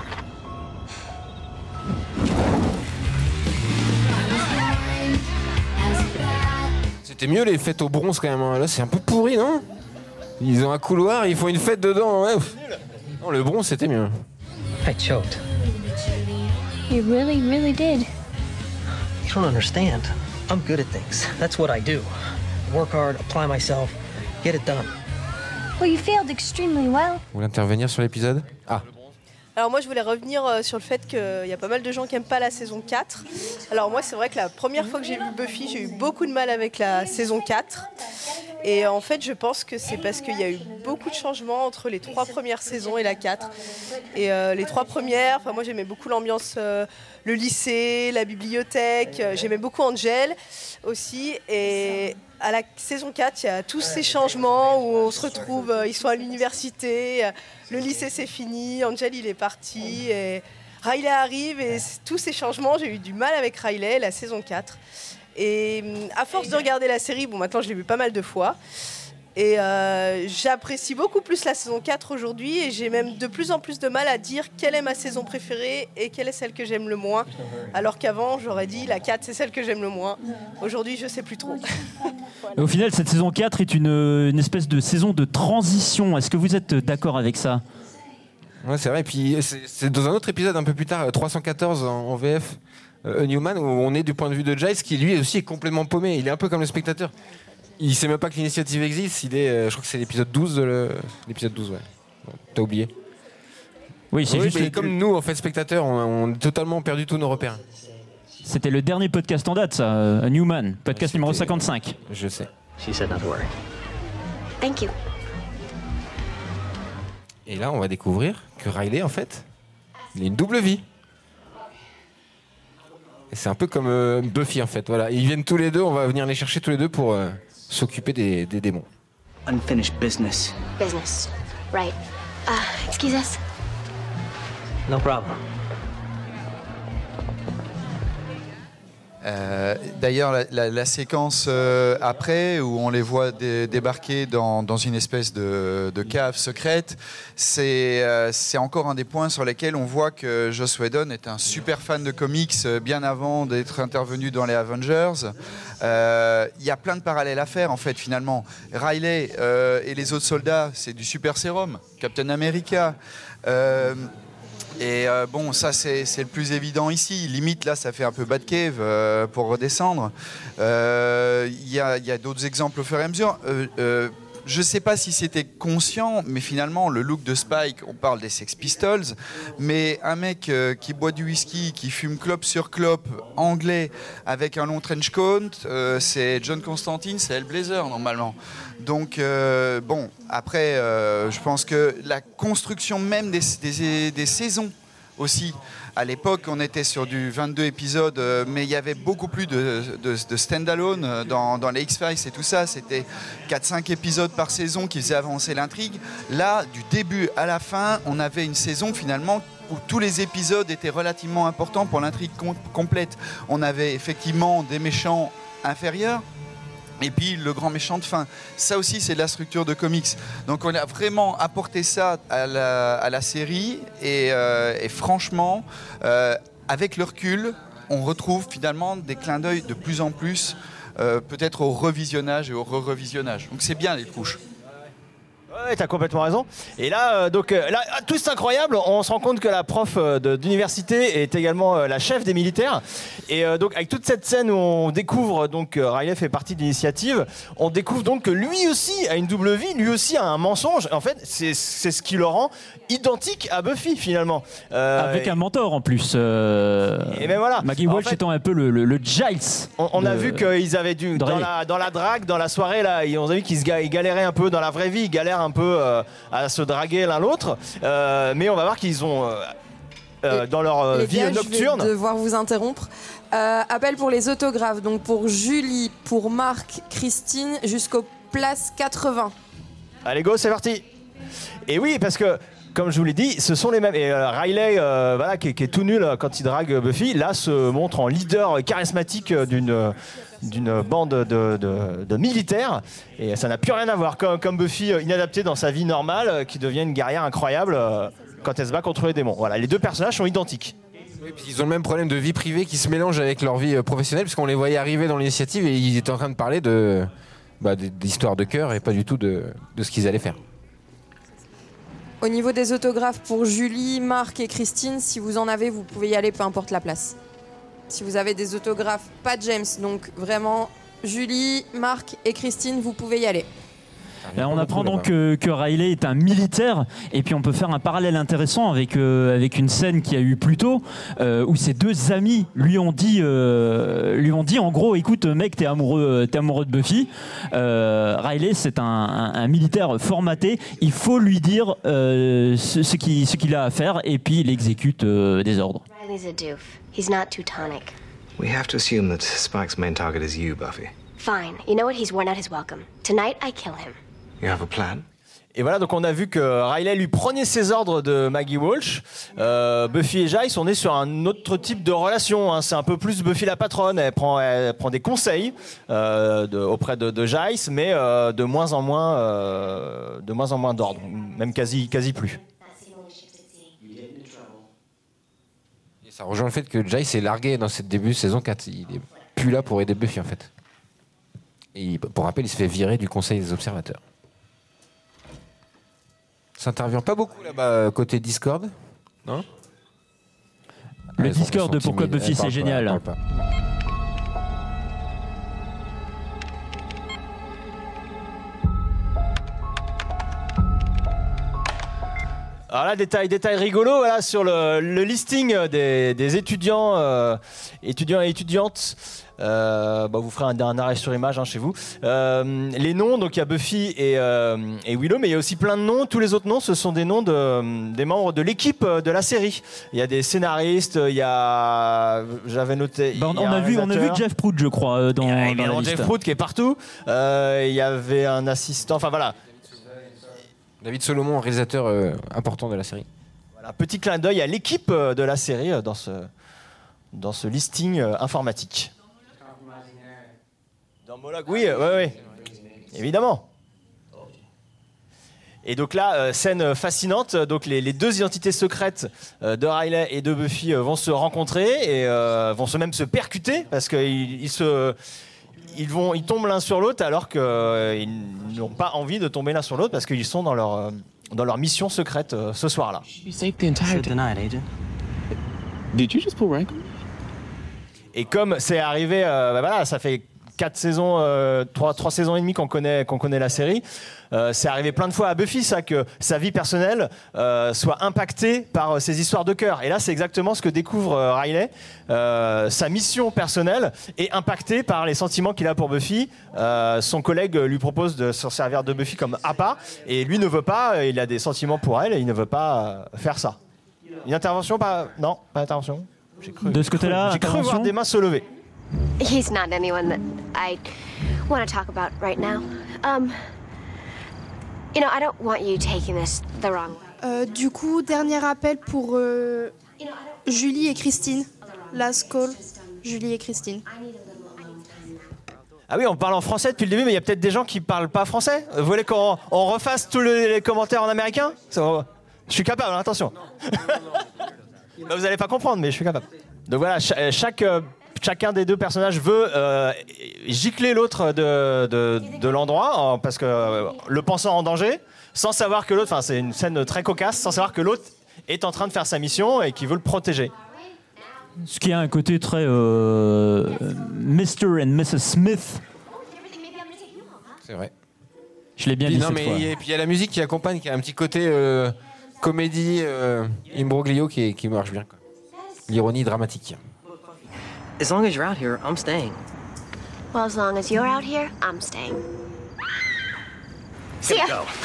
C'était mieux les fêtes au bronze quand même. hein. Là c'est un peu pourri non? Ils ont un couloir, ils font une fête dedans. Ouais. Non, le bronze c'était mieux. I choked. You really, really did. You don't understand. I'm good at things. That's what I do. Work hard, apply myself, get it done. Well, you failed extremely well. Vous voulez intervenir sur l'épisode? Ah. Alors moi je voulais revenir euh, sur le fait qu'il y a pas mal de gens qui n'aiment pas la saison quatre. Alors moi c'est vrai que la première fois que j'ai vu Buffy, j'ai eu beaucoup de mal avec la saison quatre. Et en fait je pense que c'est parce qu'il y a eu beaucoup de changements entre les trois premières saisons et la quatre. Et euh, les trois premières, enfin moi j'aimais beaucoup l'ambiance, euh, le lycée, la bibliothèque, euh, j'aimais beaucoup Angel aussi. Et à la saison quatre, il y a tous ces changements où on se retrouve, euh, ils sont à l'université, euh, le lycée c'est fini, Angel il est parti, et Riley arrive et c- tous ces changements, j'ai eu du mal avec Riley, la saison quatre. Et hum, à force de regarder la série, bon maintenant je l'ai vu pas mal de fois, et euh, j'apprécie beaucoup plus la saison quatre aujourd'hui et j'ai même de plus en plus de mal à dire quelle est ma saison préférée et quelle est celle que j'aime le moins. Alors qu'avant j'aurais dit la quatre c'est celle que j'aime le moins. Aujourd'hui je sais plus trop. Et au final, cette saison quatre est une, une espèce de saison de transition. Est-ce que vous êtes d'accord avec ça? Ouais, c'est vrai. Et puis, c'est, c'est dans un autre épisode un peu plus tard, trois cent quatorze en, en V F, euh, A New Man, où on est du point de vue de Giles, qui lui aussi est complètement paumé. Il est un peu comme le spectateur. Il sait même pas que l'initiative existe. Il est, euh, je crois que c'est l'épisode douze. De le... L'épisode douze, ouais. Bon, t'as oublié. Oui, c'est oui, juste mais le- comme nous, en fait, spectateurs, on, on a totalement perdu tous nos repères. C'était le dernier podcast en date, ça, euh, A New Man, podcast numéro cinquante-cinq. Je sais. She said not to worry. Thank you. Et là, on va découvrir que Riley, en fait, il a une double vie. Et c'est un peu comme euh, Buffy, en fait. Voilà, ils viennent tous les deux. On va venir les chercher tous les deux pour euh, s'occuper des, des démons. Unfinished business. Business. Right. Uh, excuse us. No problem. Euh, D'ailleurs, la, la- la séquence euh, après, où on les voit dé- débarquer dans, dans une espèce de, de cave secrète, c'est euh, c'est encore un des points sur lesquels on voit que Joss Whedon est un super fan de comics euh, bien avant d'être intervenu dans les Avengers. Euh, Il y a plein de parallèles à faire, en fait, finalement. Riley euh, et les autres soldats, c'est du super sérum. Captain America. Euh, Et euh, bon, ça c'est, c'est le plus évident ici. Limite, là, ça fait un peu Batcave euh, pour redescendre. Il euh, y, a, y a d'autres exemples au fur et à mesure. Euh, euh, je ne sais pas si c'était conscient, mais finalement, le look de Spike, on parle des Sex Pistols, mais un mec euh, qui boit du whisky, qui fume clope sur clope, anglais, avec un long trench coat, euh, c'est John Constantine, c'est Hellblazer, normalement. Donc, euh, bon, après, euh, je pense que la construction même des, des, des saisons aussi, à l'époque, on était sur du vingt-deux épisodes, euh, mais il y avait beaucoup plus de, de, de stand-alone dans, dans les X-Files et tout ça. C'était quatre cinq épisodes par saison qui faisaient avancer l'intrigue. Là, du début à la fin, on avait une saison finalement où tous les épisodes étaient relativement importants pour l'intrigue com- complète. On avait effectivement des méchants inférieurs, et puis le grand méchant de fin. Ça aussi, c'est de la structure de comics. Donc on a vraiment apporté ça à la, à la série. Et, euh, et franchement, euh, avec le recul, on retrouve finalement des clins d'œil de plus en plus, euh, peut-être au revisionnage et au re-revisionnage. Donc c'est bien les couches. Ouais, t'as complètement raison. Et là, euh, donc, euh, là, tout c'est incroyable. On se rend compte que la prof euh, de, d'université est également euh, la chef des militaires. Et euh, donc, avec toute cette scène où on découvre donc euh, Riley fait partie de l'initiative, on découvre donc que lui aussi a une double vie, lui aussi a un mensonge. En fait, c'est, c'est ce qui le rend identique à Buffy finalement. Euh, Avec un mentor en plus. Euh, et ben voilà. Maggie Walsh fait, étant un peu le, le, le Giles. On, on de, a vu qu'ils avaient dû dans la, dans la drague, dans la soirée là, on a vu qu'ils se, ils galéraient un peu dans la vraie vie, ils galèrent un peu euh, à se draguer l'un l'autre. Euh, mais on va voir qu'ils ont euh, euh, dans leur euh, les vie gars, nocturne. Je vais devoir vous interrompre. Euh, appel pour les autographes. Donc pour Julie, pour Marc, Christine, jusqu'aux places quatre-vingts. Allez go, c'est parti. Et oui, parce que comme je vous l'ai dit, ce sont les mêmes. Et euh, Riley, euh, voilà, qui, qui est tout nul quand il drague Buffy, là se montre en leader charismatique d'une, d'une bande de, de, de militaires. Et ça n'a plus rien à voir. Comme, comme Buffy, inadaptée dans sa vie normale, qui devient une guerrière incroyable euh, quand elle se bat contre les démons. Voilà, les deux personnages sont identiques. Oui, puis ils ont le même problème de vie privée qui se mélange avec leur vie professionnelle, parce qu'on les voyait arriver dans l'initiative et ils étaient en train de parler de, bah, d'histoires de cœur et pas du tout de, de ce qu'ils allaient faire. Au niveau des autographes pour Julie, Marc et Christine, si vous en avez, vous pouvez y aller, peu importe la place. Si vous avez des autographes, pas James, donc vraiment Julie, Marc et Christine, vous pouvez y aller. Là, on apprend donc que, que Riley est un militaire, et puis on peut faire un parallèle intéressant avec, euh, avec une scène qu'il y a eu plus tôt, euh, où ses deux amis lui ont dit, euh, lui ont dit en gros, écoute mec, t'es amoureux, t'es amoureux de Buffy. Euh, Riley, c'est un, un, un militaire formaté, il faut lui dire euh, ce, ce, qui, ce qu'il a à faire, et puis il exécute euh, des ordres. Riley's a doof. He's not Teutonic. We have to assume that Spike's main target is you, Buffy. Fine. You know what? He's worn out his welcome. Tonight, I kill him. You have a plan? Et voilà, donc on a vu que Riley lui prenait ses ordres de Maggie Walsh. Euh, Buffy et Giles, on est sur un autre type de relation. Hein. C'est un peu plus Buffy la patronne. Elle prend, elle prend des conseils euh, de, auprès de, de Giles, mais euh, de moins en moins, euh, de moins en moins d'ordre, même quasi, quasi plus. Et ça rejoint le fait que Giles est largué dans cette début de saison quatre. Il est plus là pour aider Buffy en fait. Et pour rappel, il se fait virer du Conseil des observateurs. Ça intervient pas beaucoup là-bas côté Discord, non? Le Discord de Pourquoi Buffy c'est génial. Alors là, détail, détail rigolo voilà, sur le, le listing des, des étudiants, euh, étudiants et étudiantes. Euh, bah vous ferez un, un arrêt sur image hein, chez vous. Euh, les noms, donc il y a Buffy et, euh, et Willow, mais il y a aussi plein de noms. Tous les autres noms, ce sont des noms de, des membres de l'équipe de la série. Il y a des scénaristes, il y a, j'avais noté. Bah on, on a vu, on a vu Jeff Prout, je crois, dans, il y a, dans la liste. Jeff Prout qui est partout. Euh, il y avait un assistant. Enfin voilà. David Solomon, réalisateur euh, important de la série. Voilà, petit clin d'œil à l'équipe de la série dans ce, dans ce listing informatique. Dans Moloch, oui, oui, oui, évidemment. Et donc là, euh, scène fascinante. Donc les, les deux identités secrètes euh, de Riley et de Buffy euh, vont se rencontrer et euh, vont se même se percuter parce qu'ils ils se, ils vont, ils tombent l'un sur l'autre alors qu'ils euh, n'ont pas envie de tomber l'un sur l'autre parce qu'ils sont dans leur, euh, dans leur mission secrète euh, ce soir-là. Denied, Agent. Did you just pull rank? Et comme c'est arrivé, euh, bah voilà, ça fait quatre saisons, euh, trois, trois saisons et demie qu'on connaît, qu'on connaît la série. Euh, c'est arrivé plein de fois à Buffy, ça, que sa vie personnelle euh, soit impactée par euh, ses histoires de cœur. Et là, c'est exactement ce que découvre euh, Riley. Euh, sa mission personnelle est impactée par les sentiments qu'il a pour Buffy. Euh, son collègue lui propose de se servir de Buffy comme appât, et lui ne veut pas. Il a des sentiments pour elle, et il ne veut pas euh, faire ça. Une intervention, pas Non, pas d'intervention. J'ai cru, de ce côté-là, j'ai cru voir des mains se lever. He's not anyone that I want to talk about right now. Um, you know, I don't want you taking this the wrong way. Euh, du coup, dernier appel pour euh, Julie et Christine. Last call, Julie et Christine. Ah oui, on parle en français depuis le début, mais il y a peut-être des gens qui parlent pas français. Vous voulez qu'on on refasse tous les, les commentaires en américain? Ça, je suis capable, hein, attention. Bah, vous n'allez pas comprendre, mais je suis capable. Donc voilà, ch- chaque... Euh, Chacun des deux personnages veut euh, gicler l'autre de, de, de l'endroit en, parce que euh, le pensant en danger, sans savoir que l'autre, enfin c'est une scène très cocasse, sans savoir que l'autre est en train de faire sa mission et qu'il veut le protéger. Ce qui a un côté très euh, mister and missus Smith. C'est vrai. Je l'ai bien puis, dit non, cette mais fois. Et puis il y a la musique qui accompagne, qui a un petit côté euh, comédie euh, imbroglio qui, qui marche bien, quoi. L'ironie dramatique. As long as you're out here, I'm staying. Well, as long as you're out here, I'm staying. See ya. Go.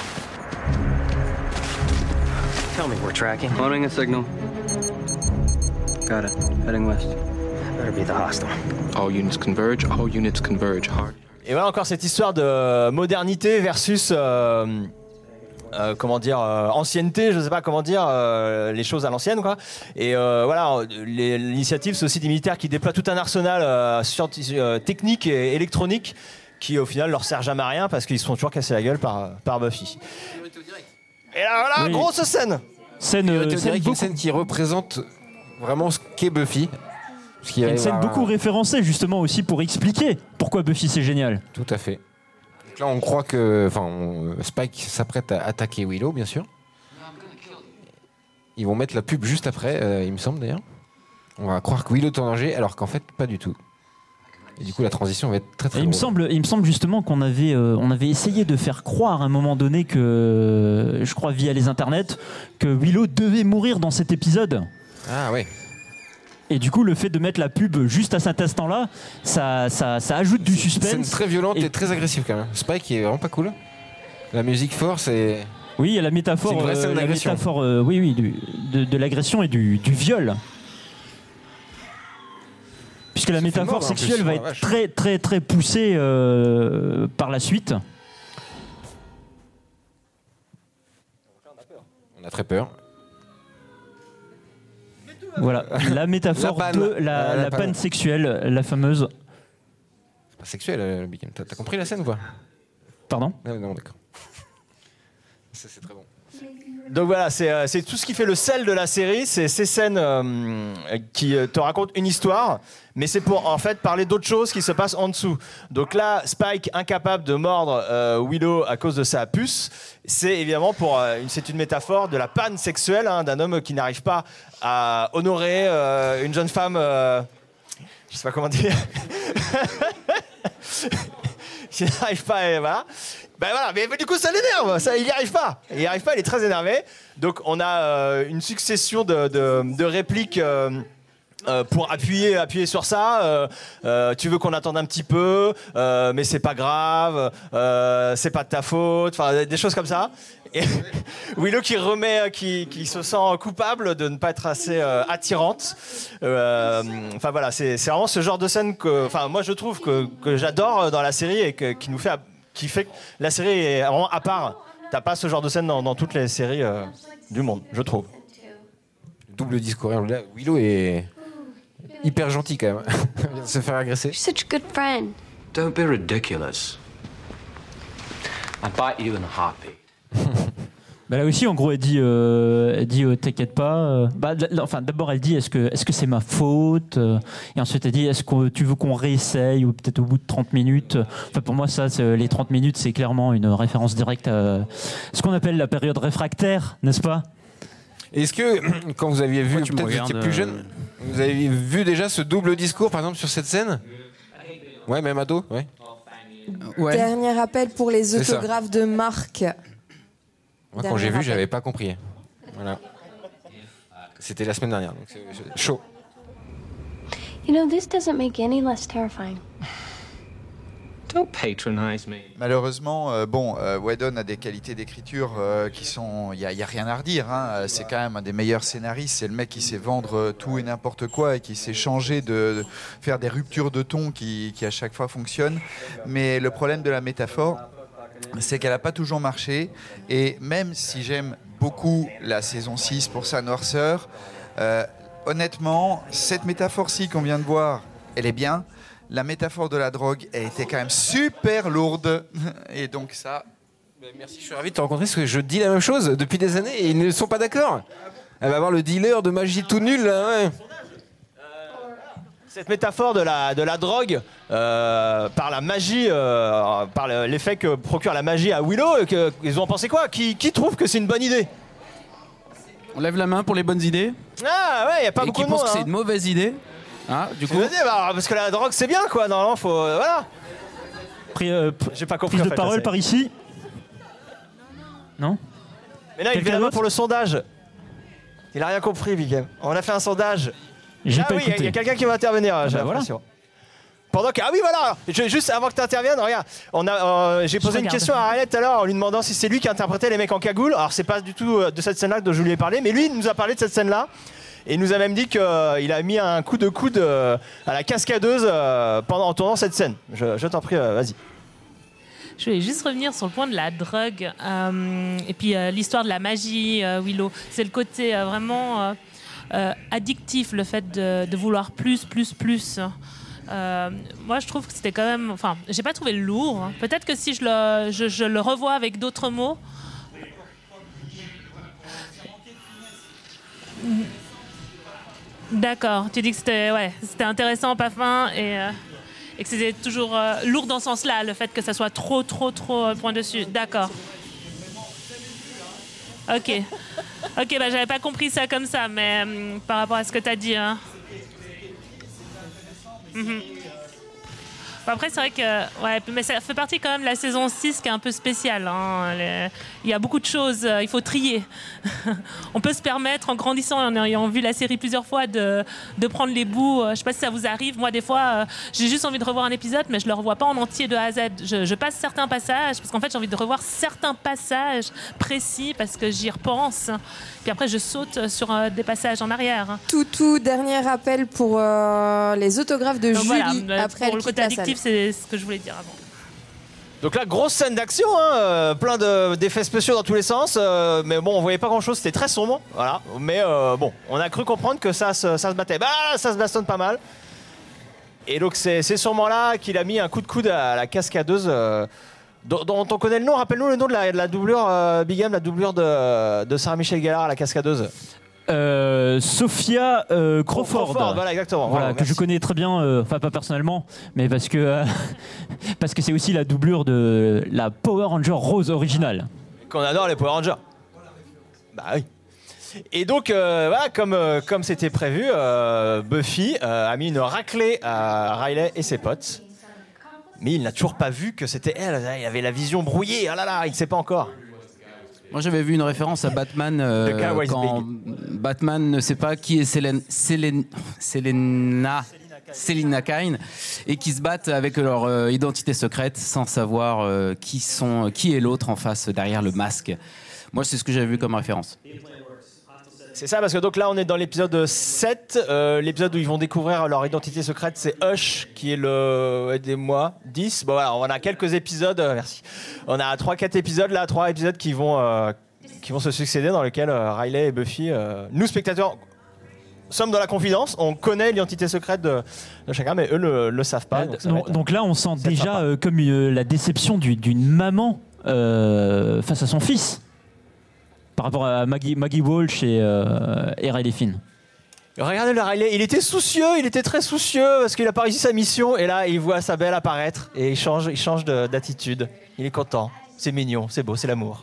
Tell me we're tracking. Loading a signal. Got it. Heading west. Better be the hostile. All units converge. All units converge. Hard. Et voilà encore cette histoire de modernité versus euh, euh, comment dire euh, ancienneté, je sais pas comment dire euh, les choses à l'ancienne, quoi. Et euh, voilà, les, l'initiative, c'est aussi des militaires qui déploient tout un arsenal euh, scientifique, euh, technique et électronique qui au final leur sert jamais à rien parce qu'ils se font toujours casser la gueule par, par Buffy. Et là voilà, Oui. grosse scène. Scène, euh, scène une beaucoup- scène qui représente vraiment ce qu'est Buffy. Parce qu'il y a Une scène un- beaucoup référencée justement aussi pour expliquer pourquoi Buffy c'est génial. Tout à fait. Donc là, on croit que, enfin, on- Spike s'apprête à attaquer Willow, bien sûr. Ils vont mettre la pub juste après, euh, il me semble d'ailleurs. On va croire que Willow est en danger, alors qu'en fait, pas du tout. Et du coup, la transition va être très très Et il me drôle. semble, il me semble justement qu'on avait, euh, on avait essayé de faire croire à un moment donné que, je crois via les internets, que Willow devait mourir dans cet épisode. Ah ouais. Et du coup, le fait de mettre la pub juste à cet instant-là, ça, ça, ça ajoute du suspense. Scène très violente et... très agressive quand même. Spike est vraiment pas cool. La musique force et. Oui, il y a la métaphore, C'est une vraie scène euh, la d'agression. métaphore, euh, oui, oui, du- de, de l'agression et du, du viol. Puisque la métaphore mordre, en sexuelle plus, va oh la être vache. très, très, très poussée euh, par la suite. On a très peur. Voilà, la métaphore La panne. de la, Euh, la la panne. panne sexuelle, la fameuse. C'est pas sexuel, euh, le Big M. T'as t'as compris la scène ou pas? Pardon? Non, non, d'accord. Ça, c'est très bon. Donc voilà, c'est, euh, c'est tout ce qui fait le sel de la série, c'est ces scènes euh, qui euh, te racontent une histoire, mais c'est pour en fait parler d'autres choses qui se passent en dessous. Donc là, Spike incapable de mordre euh, Willow à cause de sa puce, c'est évidemment pour euh, une, c'est une métaphore de la panne sexuelle hein, d'un homme qui n'arrive pas à honorer euh, une jeune femme, euh, je sais pas comment dire, qui n'arrive pas à, voilà. Ben voilà, mais, mais du coup ça l'énerve, ça, il n'y arrive pas, il n'y arrive pas, il est très énervé. Donc on a euh, une succession de, de, de répliques euh, euh, pour appuyer, appuyer sur ça. Euh, euh, tu veux qu'on attende un petit peu, euh, mais c'est pas grave, euh, c'est pas de ta faute, enfin des choses comme ça. Et Willow qui remet, qui, qui se sent coupable de ne pas être assez euh, attirante. Euh, Enfin voilà, c'est, c'est vraiment ce genre de scène que, enfin moi je trouve que, que j'adore dans la série et que, qui nous fait, qui fait que la série est vraiment à part. T'as pas ce genre de scène dans, dans toutes les séries euh, du monde, je trouve. Double discours. Là, Willow est hyper gentil quand même. Elle vient de se faire agresser. You're such a good friend. Don't be ridiculous. I'd bite you in a heartbeat. Bah là aussi, en gros, elle dit, euh, elle dit, euh, t'inquiète pas. euh, bah, d- enfin, d'abord, elle dit, est-ce que, est-ce que c'est ma faute euh, Et ensuite, elle dit, est-ce que tu veux qu'on réessaye ou peut-être au bout de trente minutes. Enfin, pour moi, ça, c'est- les trente minutes, c'est clairement une référence directe à ce qu'on appelle la période réfractaire, n'est-ce pas? Est-ce que, quand vous aviez vu, tu me peut-être que vous étiez regardes, plus euh, jeune, vous avez vu déjà ce double discours, par exemple, sur cette scène? Ouais, même ado, ouais. Dernier appel pour les C'est ça. autographes de Marc. Moi, quand Dernier j'ai vu, rappel. j'avais pas compris. Voilà. C'était la semaine dernière, donc c'est c'est chaud. You know, this doesn't make any less terrifying. Don't patronize me. Malheureusement, euh, bon, euh, Whedon a des qualités d'écriture euh, qui sont, il y, a- y a rien à redire. Hein. C'est quand même un des meilleurs scénaristes. C'est le mec qui sait vendre euh, tout et n'importe quoi et qui sait changer, de, de faire des ruptures de ton qui, qui à chaque fois fonctionnent. Mais le problème de la métaphore, c'est qu'elle n'a pas toujours marché. Et même si j'aime beaucoup la saison six pour sa noirceur, euh, honnêtement, cette métaphore-ci qu'on vient de voir, elle est bien. La métaphore de la drogue, elle était quand même super lourde. Et donc ça... Merci, je suis ravi de te rencontrer parce que je dis la même chose depuis des années et ils ne sont pas d'accord. Elle va avoir le dealer de magie tout nul, là, ouais. Cette métaphore de la, de la drogue euh, par la magie, euh, par le- l'effet que procure la magie à Willow, et que, ils ont pensé quoi? qui, qui trouve que c'est une bonne idée? On lève la main pour les bonnes idées. Ah ouais, y a pas Et beaucoup qui de monde. pense que c'est hein. une mauvaise idée. Ah, du Tu coup. veux dire, bah, parce que la drogue c'est bien quoi, normalement faut. euh, voilà. Pris, euh, p- J'ai pas compris. Prise en de fait, parole là, par ici. Non? Mais là il Quelqu'un vient d'autre pour le sondage. Il a rien compris, Big. On a fait un sondage. J'ai ah pas oui, il y a- écouté. y a quelqu'un qui va intervenir, Ah j'ai bah voilà. l'impression. Pendant que... Ah oui, voilà. Je, juste avant que tu interviennes, regarde. On a, euh, j'ai Je posé une regarde. question à Riley tout à l'heure en lui demandant si c'est lui qui interprétait les mecs en cagoule. Alors c'est pas du tout euh, de cette scène-là dont je lui ai parlé, mais lui il nous a parlé de cette scène-là. Et il nous a même dit qu'il a mis un coup de coude euh, à la cascadeuse euh, pendant, en tournant cette scène. Je, je t'en prie, euh, vas-y. Je voulais juste revenir sur le point de la drogue euh, et puis euh, l'histoire de la magie, euh, Willow. C'est le côté euh, vraiment euh, euh, addictif, le fait de, de vouloir plus, plus, plus. Euh, moi, je trouve que c'était quand même... Enfin, j'ai pas trouvé lourd. hein. Peut-être que si je le, je, je le revois avec d'autres mots... D'accord, tu dis que c'était ouais, c'était intéressant, pas fin, et, euh, et que c'était toujours euh, lourd dans ce sens-là, le fait que ça soit trop, trop, trop euh, point dessus. D'accord. Ok. Ok, bah j'avais pas compris ça comme ça, mais hum, par rapport à ce que tu as dit. Hein. Mhm. Bon, après, c'est vrai que ouais, mais ça fait partie quand même de la saison six qui est un peu spéciale. Hein. Les- Il y a beaucoup de choses, euh, il faut trier. On peut se permettre, en grandissant, en ayant vu la série plusieurs fois, de, de prendre les bouts. Euh, Je sais pas si ça vous arrive. Moi, des fois, euh, j'ai juste envie de revoir un épisode, mais je le revois pas en entier de A à Z. Je, je passe certains passages, parce qu'en fait, j'ai envie de revoir certains passages précis, parce que j'y repense. Puis après, je saute sur euh, des passages en arrière. Tout, tout, dernier appel pour euh, les autographes de Donc Julie voilà, après pour elle le quitte côté la salle. addictif, c'est ce que je voulais dire avant. Donc là, grosse scène d'action, hein, euh, plein de, d'effets spéciaux dans tous les sens, euh, mais bon, on voyait pas grand-chose, c'était très sombre, voilà. Mais euh, bon, on a cru comprendre que ça, se- ça se battait. Bah, ça se bastonne pas mal. Et donc c'est, c'est sûrement là qu'il a mis un coup de coude à la cascadeuse, euh, dont, dont on connaît le nom. Rappelle-nous le nom de la, de la doublure, euh, Big Am, la doublure de, de Sarah Michelle Gellar, la cascadeuse. Euh, Sophia euh, Crawford. Crawford, voilà, exactement. Voilà, Bravo, que je merci. connais très bien, euh, enfin pas personnellement, mais parce que euh, parce que c'est aussi la doublure de la Power Ranger Rose originale. Qu'on adore les Power Rangers. Bah oui. Et donc, euh, voilà, comme euh, comme c'était prévu, euh, Buffy euh, a mis une raclée à Riley et ses potes. Mais il n'a toujours pas vu que c'était elle. Il avait la vision brouillée. Ah là là, il ne sait pas encore. Moi, j'avais vu une référence à Batman euh, The Cow is quand Batman ne sait pas qui est Selen- Selen- Selena, Selina Kane et qui se battent avec leur euh, identité secrète sans savoir euh, qui sont, qui est l'autre en face derrière le masque. Moi, c'est ce que j'avais vu comme référence. C'est ça, parce que donc là, on est dans l'épisode sept. Euh, l'épisode où ils vont découvrir leur identité secrète, c'est Hush, qui est le... Aidez-moi, dix. Bon voilà, on a quelques épisodes, euh, merci. On a trois quatre épisodes, là, trois épisodes qui vont, euh, qui vont se succéder, dans lesquels euh, Riley et Buffy, euh, nous, spectateurs, sommes dans la confidence. On connaît l'identité secrète de, de chacun, mais eux ne le savent pas. Donc, ça va Donc, être- donc là, on sent ça va être déjà sympa. euh, comme euh, la déception du- d'une maman euh, face à son fils. par rapport à Maggie, Maggie Walsh et, euh, et Riley Finn. Regardez le Riley, il était soucieux, il était très soucieux parce qu'il a pas réussi sa mission et là il voit sa belle apparaître et il change, il change de, d'attitude. Il est content, c'est mignon, c'est beau, c'est l'amour.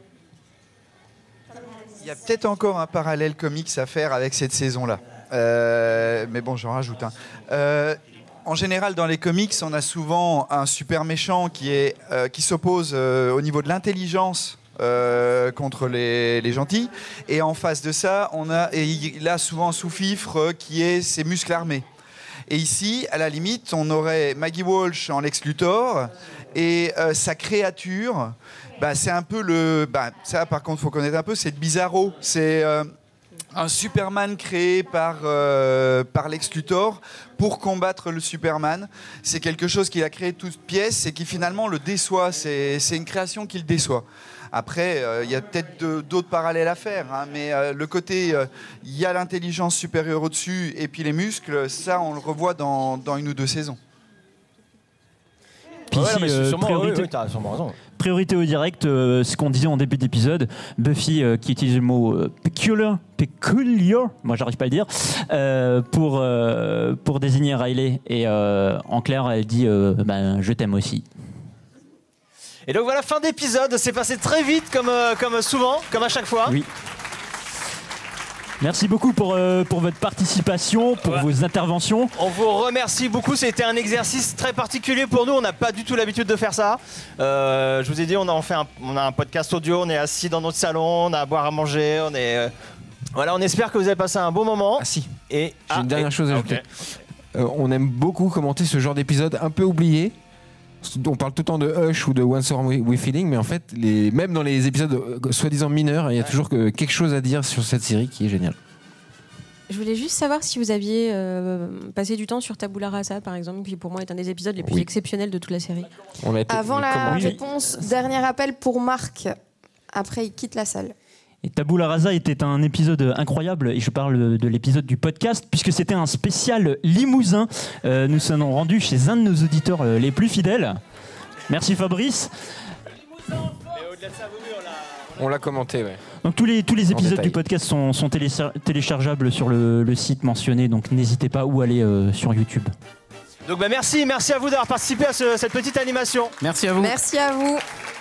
Il y a peut-être encore un parallèle comics à faire avec cette saison-là. Euh, mais bon, j'en rajoute un. Euh, en général, dans les comics, on a souvent un super méchant qui, est, euh, qui s'oppose euh, au niveau de l'intelligence euh, contre les, les gentils. Et en face de ça, on a, et il a souvent sous-fifre euh, qui est ses muscles armés. Et ici, à la limite, on aurait Maggie Walsh en Lex Luthor et euh, sa créature. Bah, c'est un peu le. Bah, ça, par contre, il faut connaître un peu, c'est de Bizarro. C'est euh, un Superman créé par, euh, par Lex Luthor pour combattre le Superman. C'est quelque chose qu'il a créé de toutes pièces et qui finalement le déçoit. C'est, c'est une création qui le déçoit. Après, il euh, y a peut-être de, d'autres parallèles à faire, hein, mais euh, le côté, il euh, y a l'intelligence supérieure au-dessus et puis les muscles, ça, on le revoit dans, dans une ou deux saisons. Puis Ouais, ici, non, mais c'est euh, sûrement- priorité, oui, oui, t'as sûrement raison. priorité au direct, euh, ce qu'on disait en début d'épisode, Buffy euh, qui utilise le mot euh, peculiar, peculiar, moi j'arrive pas à le dire, euh, pour, euh, pour désigner Riley. Et euh, en clair, elle dit euh, ben, je t'aime aussi. Et donc voilà, fin d'épisode, c'est passé très vite comme, euh, comme souvent, comme à chaque fois. Oui. Merci beaucoup pour, euh, pour votre participation, pour Ouais. vos interventions. On vous remercie beaucoup, c'était un exercice très particulier pour nous, on n'a pas du tout l'habitude de faire ça. Euh, je vous ai dit, on a, on fait un, on a un podcast audio, on est assis dans notre salon, on a à boire à manger, on est... euh, voilà, on espère que vous avez passé un bon moment. Ah si, et, j'ai une dernière et- chose à ah, ajouter. ok. Euh, on aime beaucoup commenter ce genre d'épisode un peu oublié. On parle tout le temps de Hush ou de Once More We Feeling, mais en fait, les, même dans les épisodes euh, soi-disant mineurs, il y a toujours que, quelque chose à dire sur cette série qui est géniale. Je voulais juste savoir si vous aviez euh, passé du temps sur Tabula Rasa, par exemple, qui pour moi est un des épisodes les plus Oui. exceptionnels de toute la série. On a été- Avant la comment- réponse, dernier appel pour Marc. Après, il quitte la salle. Et Tabula Rasa était un épisode incroyable, et je parle de l'épisode du podcast, puisque c'était un spécial Limousin. Euh, nous sommes rendus chez un de nos auditeurs euh, les plus fidèles. Merci Fabrice. On l'a commenté, ouais. Donc tous les, tous les En épisodes détail. du podcast sont, sont téléchar- téléchargeables sur le, le site mentionné, donc n'hésitez pas ou aller euh, sur YouTube. Donc bah merci, merci à vous d'avoir participé à ce- cette petite animation. Merci à vous. Merci à vous.